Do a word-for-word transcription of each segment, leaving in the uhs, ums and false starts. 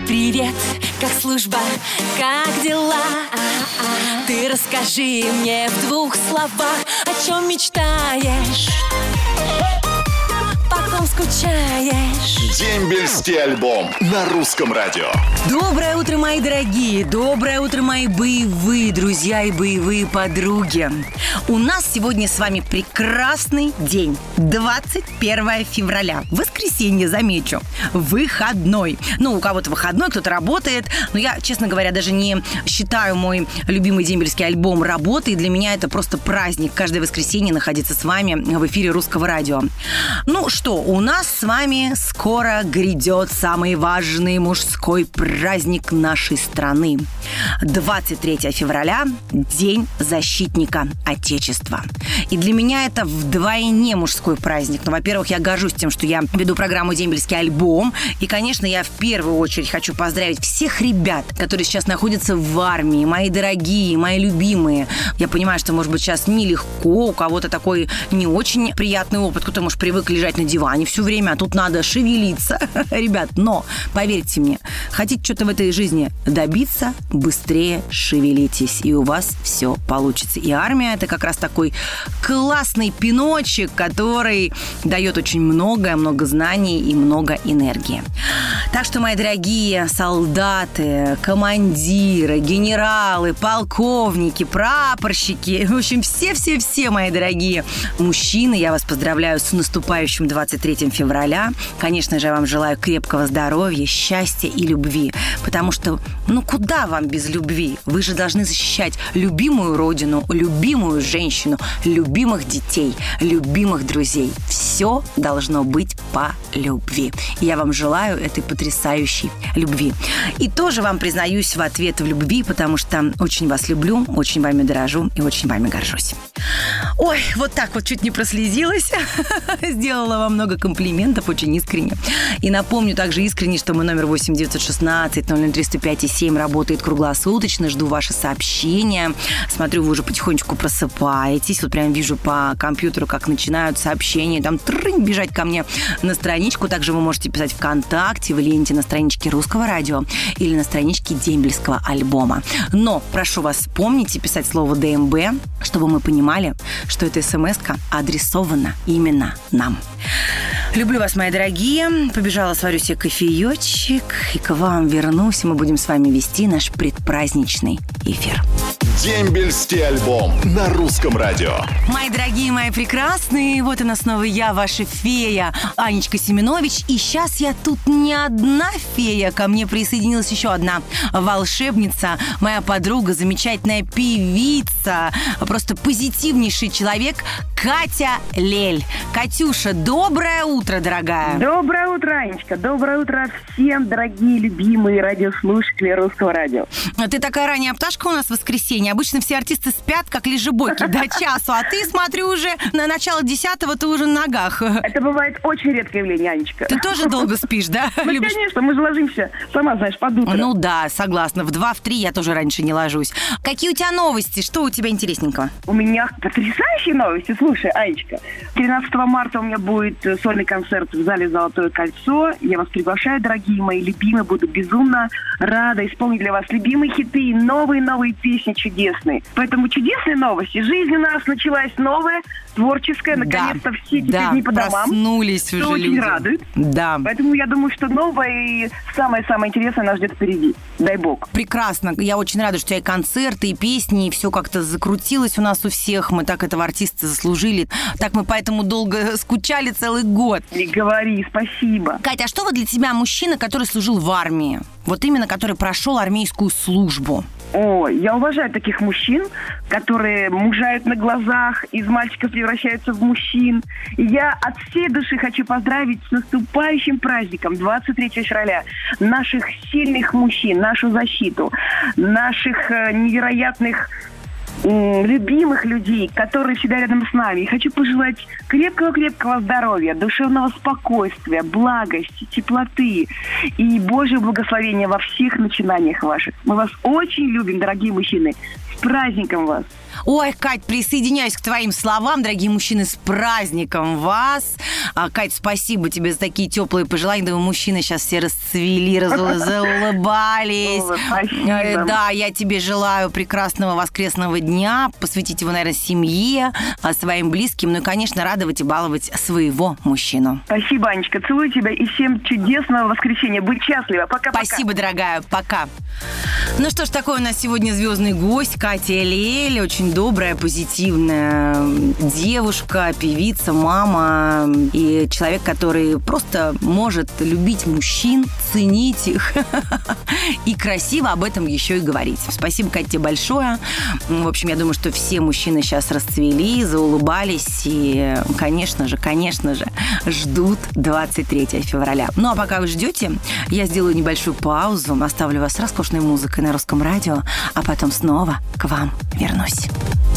Привет, как служба, как дела? Ты расскажи мне в двух словах, о чем мечтаешь, потом скучаешь. Дембельский альбом на русском радио. Доброе утро, мои дорогие! Доброе утро, мои боевые друзья и боевые подруги! У нас сегодня с вами прекрасный день. двадцать первое февраля. Воскресенье, замечу. Выходной. Ну, у кого-то выходной, кто-то работает. Но я, честно говоря, даже не считаю мой любимый дембельский альбом работой. Для меня это просто праздник. Каждое воскресенье находиться с вами в эфире Русского радио. Ну что, у нас с вами скоро грядет самый важный мужской праздник нашей страны. двадцать третьего февраля – День защитника Отечества. И для меня это вдвойне мужской праздник. Ну, во-первых, я горжусь тем, что я веду программу «Дембельский альбом». И, конечно, я в первую очередь хочу поздравить всех ребят, которые сейчас находятся в армии. Мои дорогие, мои любимые. Я понимаю, что, может быть, сейчас нелегко, у кого-то такой не очень приятный опыт. Кто-то, может, привык лежать на диване все время, а тут надо шевелиться. Ребят, но, поверьте мне, хотите что-то в этой жизни добиться, быстрее шевелитесь, и у вас все получится. И армия – это как раз такой классный пиночек, который дает очень многое, много знаний и много энергии. Так что, мои дорогие солдаты, командиры, генералы, полковники, прапорщики, в общем, все-все-все, мои дорогие мужчины, я вас поздравляю с наступающим двадцать третьего февраля. Конечно же, я вам желаю крепкого здоровья, счастья и любви, потому что, ну, куда вам без любви? Вы же должны защищать любимую родину, любимую женщину, любимых детей, любимых друзей. Все должно быть по любви. И я вам желаю этой потрясающей любви. И тоже вам признаюсь в ответ в любви, потому что очень вас люблю, очень вами дорожу и очень вами горжусь. Ой, вот так вот чуть не прослезилась. Сделала вам много комплиментов, очень искренне. И напомню также искренне, что мой номер восемь девятьсот шестнадцать ноль ноль триста пять и семь работает круглосуточно. Жду ваши сообщения. Смотрю, вы уже потихонечку просыпаетесь. Вот прям вижу по компьютеру, как начинают сообщения там трынь, бежать ко мне на страничку. Также вы можете писать ВКонтакте, в ленте на страничке Русского радио или на страничке Дембельского альбома. Но прошу вас вспомнить и писать слово ДМБ, чтобы мы понимали, что эта смс-ка адресована именно нам. Люблю вас, мои дорогие. Побежала, сварю себе кофеечек и к вам вернусь. Мы будем с вами вести наш предпраздничный эфир. Дембельский альбом на русском радио. Мои дорогие, мои прекрасные, вот она снова я, ваша фея Анечка Семенович. И сейчас я тут не одна фея, ко мне присоединилась еще одна волшебница, моя подруга, замечательная певица, просто позитивнейший человек Катя Лель. Катюша, доброе утро, дорогая. Доброе утро, Анечка. Доброе утро всем, дорогие, любимые радиослушатели Русского радио. Ты такая ранняя пташка у нас в воскресенье. Обычно все артисты спят, как лежебоки, до часу. А ты, смотрю, уже на начало десятого ты уже на ногах. Это бывает очень редкое явление, Анечка. Ты тоже долго спишь, да? Ну, Любишь? Конечно, мы же ложимся, сама знаешь, под утро. Ну да, согласна. В два, в три я тоже раньше не ложусь. Какие у тебя новости? Что у тебя интересненького? У меня потрясающие новости. Слушай, Анечка, тринадцатого марта у меня будет сольный концерт в зале «Золотое кольцо». Я вас приглашаю, дорогие мои любимые. Буду безумно рада исполнить для вас любимые хиты, новые-новые песни чудесные. Поэтому чудесные новости. Жизнь у нас началась новая, творческая. Наконец-то да, все теперь да, не по домам. Проснулись уже что люди. Очень радует. Да. Поэтому я думаю, что новое и самое-самое интересное нас ждет впереди. Дай бог. Прекрасно. Я очень рада, что у тебя и концерты, и песни, и все как-то закрутилось у нас у всех. Мы так этого артиста заслужили. Так мы поэтому долго скучали целый год. Не говори, спасибо. Катя, а что вот для тебя мужчина, который служил в армии? Вот именно, который прошел армейскую службу? О, я уважаю таких мужчин, которые мужают на глазах, из мальчиков превращаются в мужчин. И я от всей души хочу поздравить с наступающим праздником двадцать третьего февраля наших сильных мужчин, нашу защиту, наших э, невероятных любимых людей, которые всегда рядом с нами. И хочу пожелать крепкого-крепкого здоровья, душевного спокойствия, благости, теплоты и Божьего благословения во всех начинаниях ваших. Мы вас очень любим, дорогие мужчины. С праздником вас! Ой, Кать, присоединяюсь к твоим словам, дорогие мужчины, с праздником вас. А, Кать, спасибо тебе за такие теплые пожелания. Думаю, мужчины сейчас все расцвели, разу- заулыбались. Спасибо. Да, я тебе желаю прекрасного воскресного дня, посвятить его, наверное, семье, своим близким, ну и, конечно, радовать и баловать своего мужчину. Спасибо, Анечка. Целую тебя и всем чудесного воскресенья. Будь счастлива. Пока-пока. Спасибо, дорогая. Пока. Ну что ж, такой у нас сегодня звездный гость Катя Элиэль. Очень добрая, позитивная девушка, певица, мама и человек, который просто может любить мужчин, ценить их и красиво об этом еще и говорить. Спасибо, Катя, тебе большое. В общем, я думаю, что все мужчины сейчас расцвели, заулыбались и, конечно же, конечно же, ждут двадцать третьего февраля. Ну, а пока вы ждете, я сделаю небольшую паузу, оставлю вас с роскошной музыкой на Русском радио, а потом снова к вам вернусь.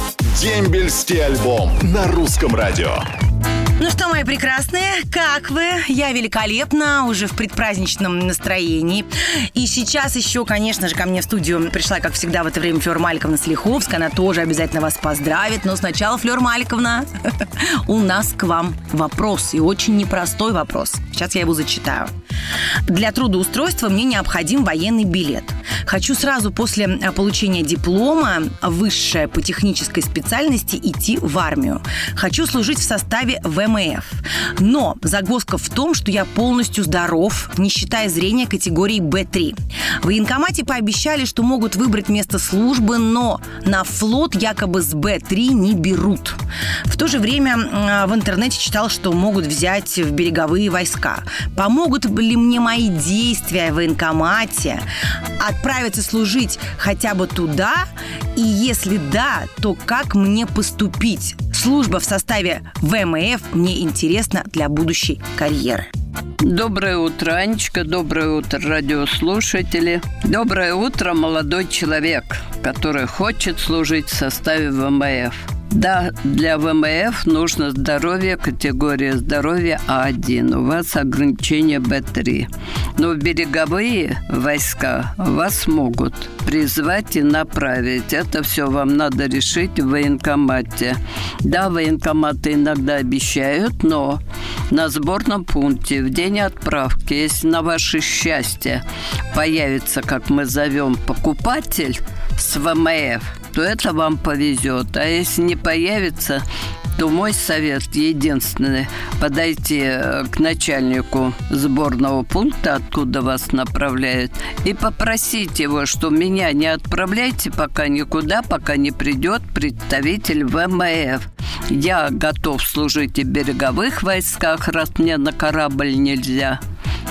Дембельский альбом на Русском радио. Ну что, мои прекрасные, как вы? Я великолепна, уже в предпраздничном настроении. И сейчас еще, конечно же, ко мне в студию пришла, как всегда, в это время Флёр Маликовна Салиховская. Она тоже обязательно вас поздравит. Но сначала, Флёр Маликовна, у нас к вам вопрос. И очень непростой вопрос. Сейчас я его зачитаю. Для трудоустройства мне необходим военный билет. Хочу сразу после получения диплома высшее по технической специальности идти в армию. Хочу служить в составе ВМФ. Но загвоздка в том, что я полностью здоров, не считая зрения категории бэ три. В военкомате пообещали, что могут выбрать место службы, но на флот якобы с бэ три не берут. В то же время в интернете читал, что могут взять в береговые войска. Помогут ли мне мои действия в военкомате отправиться служить хотя бы туда? И если да, то как мне поступить? Служба в составе ВМФ мне интересна для будущей карьеры. Доброе утро, Анечка. Доброе утро, радиослушатели. Доброе утро, молодой человек, который хочет служить в составе ВМФ. Да, для ВМФ нужно здоровье, категория здоровья А один. У вас ограничение бэ три. Но в береговые войска вас могут призвать и направить. Это все вам надо решить в военкомате. Да, военкоматы иногда обещают, но на сборном пункте в день отправки, если на ваше счастье появится, как мы зовем, покупатель с ВМФ, то это вам повезет. А если не появится, то мой совет единственный – подойти к начальнику сборного пункта, откуда вас направляют, и попросить его, что меня не отправляйте пока никуда, пока не придет представитель ВМФ. Я готов служить и в береговых войсках, раз мне на корабль нельзя.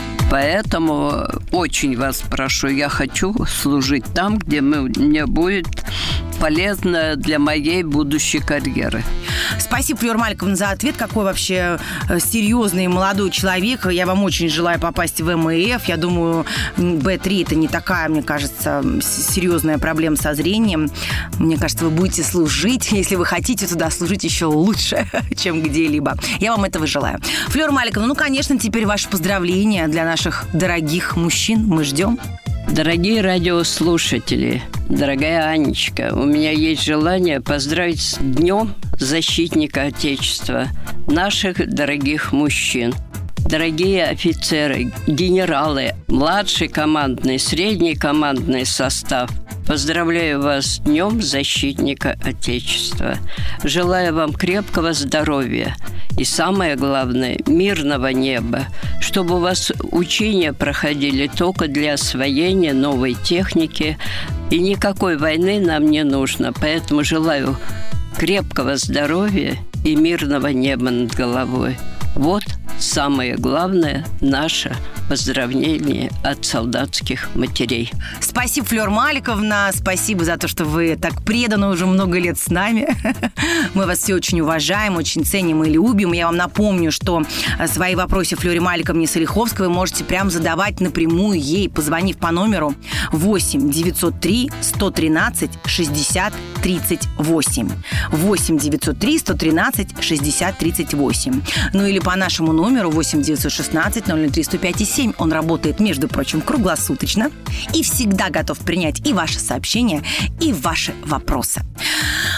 Поэтому очень вас прошу, я хочу служить там, где мне будет полезно для моей будущей карьеры. Спасибо, Флёр Маликовна, за ответ. Какой вообще серьезный молодой человек. Я вам очень желаю попасть в ВМФ. Я думаю, бэ три – это не такая, мне кажется, серьезная проблема со зрением. Мне кажется, вы будете служить, если вы хотите туда служить еще лучше, чем где-либо. Я вам этого желаю. Флёр Маликовна, ну, конечно, теперь ваши поздравления для наших дорогих мужчин. Мы ждем. Дорогие радиослушатели, дорогая Анечка, у меня есть желание поздравить с Днем Защитника Отечества наших дорогих мужчин. Дорогие офицеры, генералы, младший командный, средний командный состав, поздравляю вас с Днем Защитника Отечества. Желаю вам крепкого здоровья и, самое главное, мирного неба, чтобы у вас учения проходили только для освоения новой техники, и никакой войны нам не нужно. Поэтому желаю крепкого здоровья и мирного неба над головой. Вот самое главное наше поздравление от солдатских матерей. Спасибо, Флёр Маликовна. Спасибо за то, что вы так преданы уже много лет с нами. Мы вас все очень уважаем, очень ценим и любим. Я вам напомню, что свои вопросы Флёре Маликовне Салиховской вы можете прямо задавать напрямую ей, позвонив по номеру восемь девятьсот три сто тринадцать шестьдесят тридцать восемь. восемь девятьсот три сто тринадцать шестьдесят тридцать восемь. Ну или по нашему номеру восемь девятьсот шестнадцать ноль ноль три сто пять и семь. Он работает, между прочим, круглосуточно и всегда готов принять и ваши сообщения, и ваши вопросы.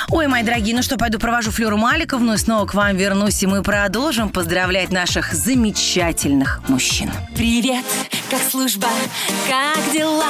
Ой, мои дорогие, ну что, пойду провожу Флёру Маликовну и снова к вам вернусь, и мы продолжим поздравлять наших замечательных мужчин. Привет, как служба, как дела?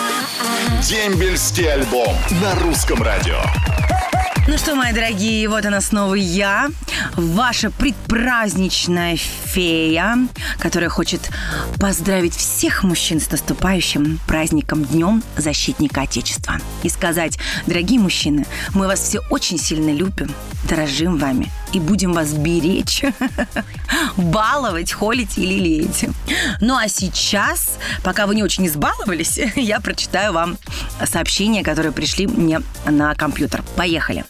Дембельский альбом на русском радио. Ну что, мои дорогие, вот она снова я, ваша предпраздничная фея, которая хочет поздравить всех мужчин с наступающим праздником Днем Защитника Отечества. И сказать: дорогие мужчины, мы вас все очень сильно любим, дорожим вами и будем вас беречь, баловать, холить и лелеять. Ну а сейчас, пока вы не очень избаловались, я прочитаю вам сообщения, которые пришли мне на компьютер. Поехали.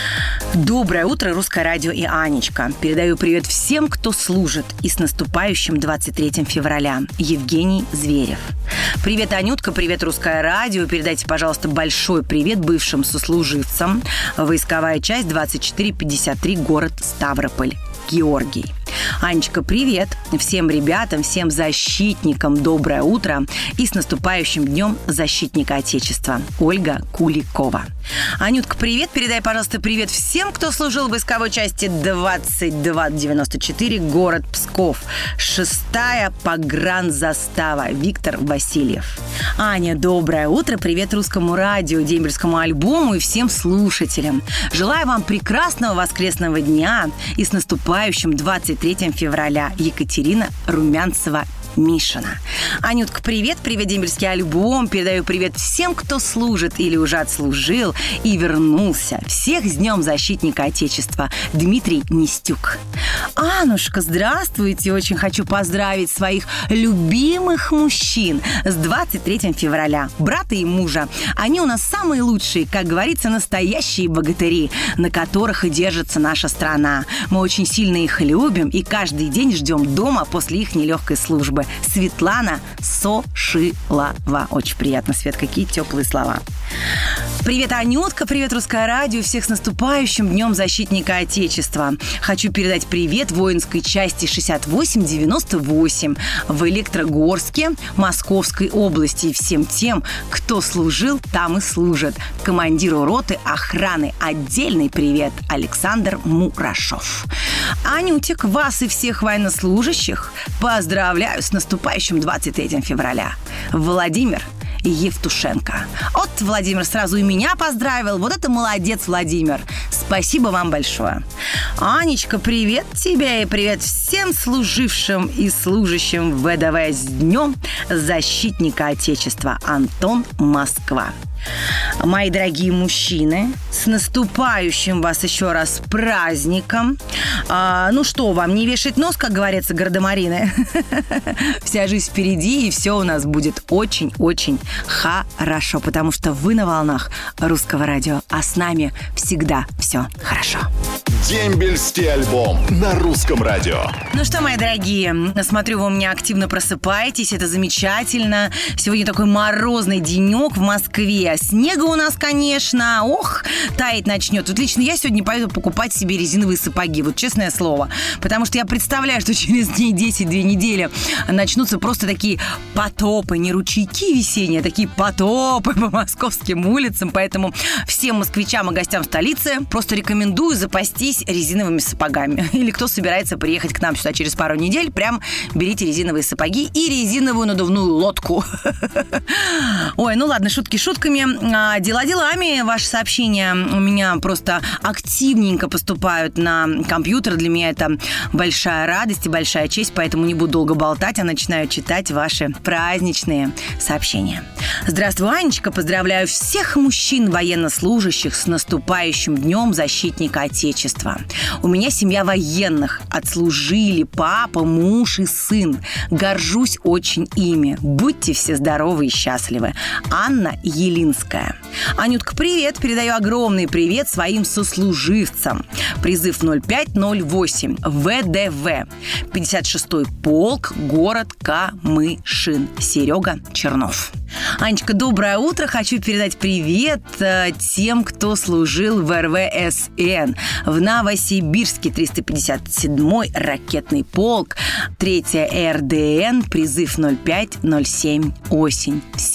Доброе утро, Русское радио и Анечка. Передаю привет всем, кто служит. И с наступающим двадцать третьим февраля. Евгений Зверев. Привет, Анютка, привет, Русское радио. Передайте, пожалуйста, большой привет бывшим сослуживцам. Войсковая часть двадцать четыре пятьдесят три, город Ставрополь. Георгий. Анечка, привет всем ребятам, всем защитникам доброе утро и с наступающим Днем Защитника Отечества. Ольга Куликова. Анютка, привет, передай, пожалуйста, привет всем, кто служил в войсковой части двадцать два девяносто четыре, город Псков. Шестая погранзастава. Виктор Васильев. Аня, доброе утро, привет Русскому радио, Дембельскому альбому и всем слушателям. Желаю вам прекрасного воскресного дня и с наступающим двадцать третьим февраля. Екатерина Румянцева Мишина. Анютка, привет, привет, Дембельский альбом. Передаю привет всем, кто служит или уже отслужил и вернулся. Всех с Днем Защитника Отечества. Дмитрий Нестюк. Анушка, здравствуйте. Очень хочу поздравить своих любимых мужчин с двадцать третьим февраля. Брата и мужа. Они у нас самые лучшие, как говорится, настоящие богатыри, на которых и держится наша страна. Мы очень сильно их любим и каждый день ждем дома после их нелегкой службы. Светлана Сошилова. Очень приятно, Свет, какие теплые слова. Привет, Анютка, привет, Русское радио, всех с наступающим Днем Защитника Отечества. Хочу передать привет воинской части шестьдесят восемь девяносто восемь в Электрогорске, Московской области и всем тем, кто служил, там и служит. Командиру роты охраны отдельный привет, Александр Мурашов. Анютик, вас и всех военнослужащих поздравляю с наступающим двадцать третьим февраля. Владимир Евтушенко. Вот Владимир сразу и меня поздравил. Вот это молодец, Владимир. Спасибо вам большое. Анечка, привет тебе и привет всем служившим и служащим в ВДВ с Днем Защитника Отечества. Антон, Москва. Мои дорогие мужчины, с наступающим вас еще раз праздником. А, ну что вам, не вешать нос, как говорится, гардемарины. Вся жизнь впереди, и все у нас будет очень-очень хорошо, потому что вы на волнах Русского радио, а с нами всегда все хорошо. Дембельский альбом на русском радио. Ну что, мои дорогие, смотрю, вы у меня активно просыпаетесь, это замечательно. Сегодня такой морозный денек в Москве. Снега у нас, конечно, ох, таять начнет. Вот лично я сегодня пойду покупать себе резиновые сапоги, вот честное слово. Потому что я представляю, что через дней десять-две недели начнутся просто такие потопы, не ручейки весенние, а такие потопы по московским улицам. Поэтому всем москвичам и гостям столицы просто рекомендую запастись резиновыми сапогами. Или кто собирается приехать к нам сюда через пару недель, прям берите резиновые сапоги и резиновую надувную лодку. Ой, ну ладно, шутки шутками. А, дела делами. Ваши сообщения у меня просто активненько поступают на компьютер. Для меня это большая радость и большая честь, поэтому не буду долго болтать, а начинаю читать ваши праздничные сообщения. Здравствуй, Анечка. Поздравляю всех мужчин военнослужащих с наступающим Днем Защитника Отечества. У меня семья военных. Отслужили папа, муж и сын. Горжусь очень ими. Будьте все здоровы и счастливы. Анна Елинская. Анютка, привет. Передаю огромный привет своим сослуживцам. Призыв ноль пять ноль восемь. ВДВ. пятьдесят шестой полк. Город Камышин. Серега Чернов. Анечка, доброе утро. Хочу передать привет тем, кто служил в эр вэ эс эн. В Новосибирске триста пятьдесят седьмой ракетный полк. третья эр дэ эн. Призыв ноль пять ноль семь. Осень. Всем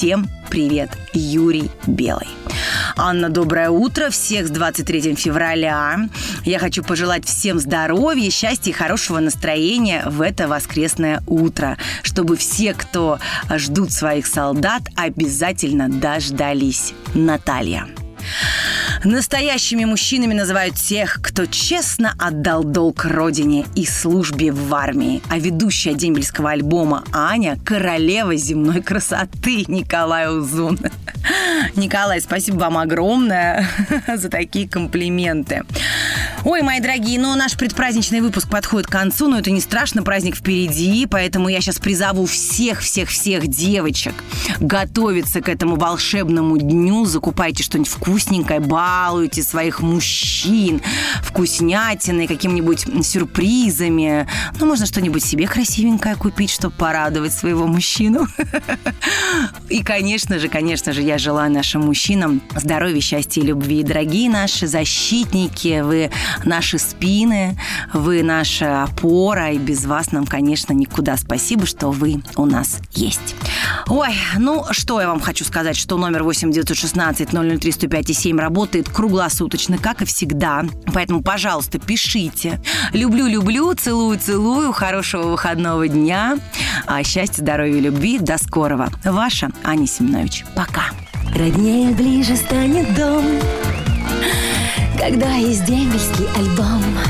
привет, Юрий Белый. Анна, доброе утро. Всех с двадцать третьим февраля. Я хочу пожелать всем здоровья, счастья и хорошего настроения в это воскресное утро, чтобы все, кто ждут своих солдат, обязательно дождались. Наталья. Настоящими мужчинами называют тех, кто честно отдал долг родине и службе в армии. А ведущая дембельского альбома Аня – королева земной красоты Николай Узун. Николай, спасибо вам огромное за такие комплименты. Ой, мои дорогие, ну наш предпраздничный выпуск подходит к концу, но это не страшно, праздник впереди, поэтому я сейчас призову всех-всех-всех девочек готовиться к этому волшебному дню, закупайте что-нибудь вкусненькое, балуйте своих мужчин вкуснятиной, какими-нибудь сюрпризами. Ну, можно что-нибудь себе красивенькое купить, чтобы порадовать своего мужчину. И, конечно же, конечно же, я желаю нашим мужчинам здоровья, счастья и любви. Дорогие наши защитники, вы наши спины, вы наша опора, и без вас нам, конечно, никуда. Спасибо, что вы у нас есть. Ой, ну, что я вам хочу сказать, что номер восемь девятьсот шестнадцать ноль ноль три сто пять семь работает круглосуточно, как и всегда. Поэтому, пожалуйста, пишите. Люблю-люблю, целую-целую, хорошего выходного дня, счастья, здоровья и любви. До скорого. Ваша Аня Семенович. Пока. Роднее ближе станет дом, когда есть дембельский альбом.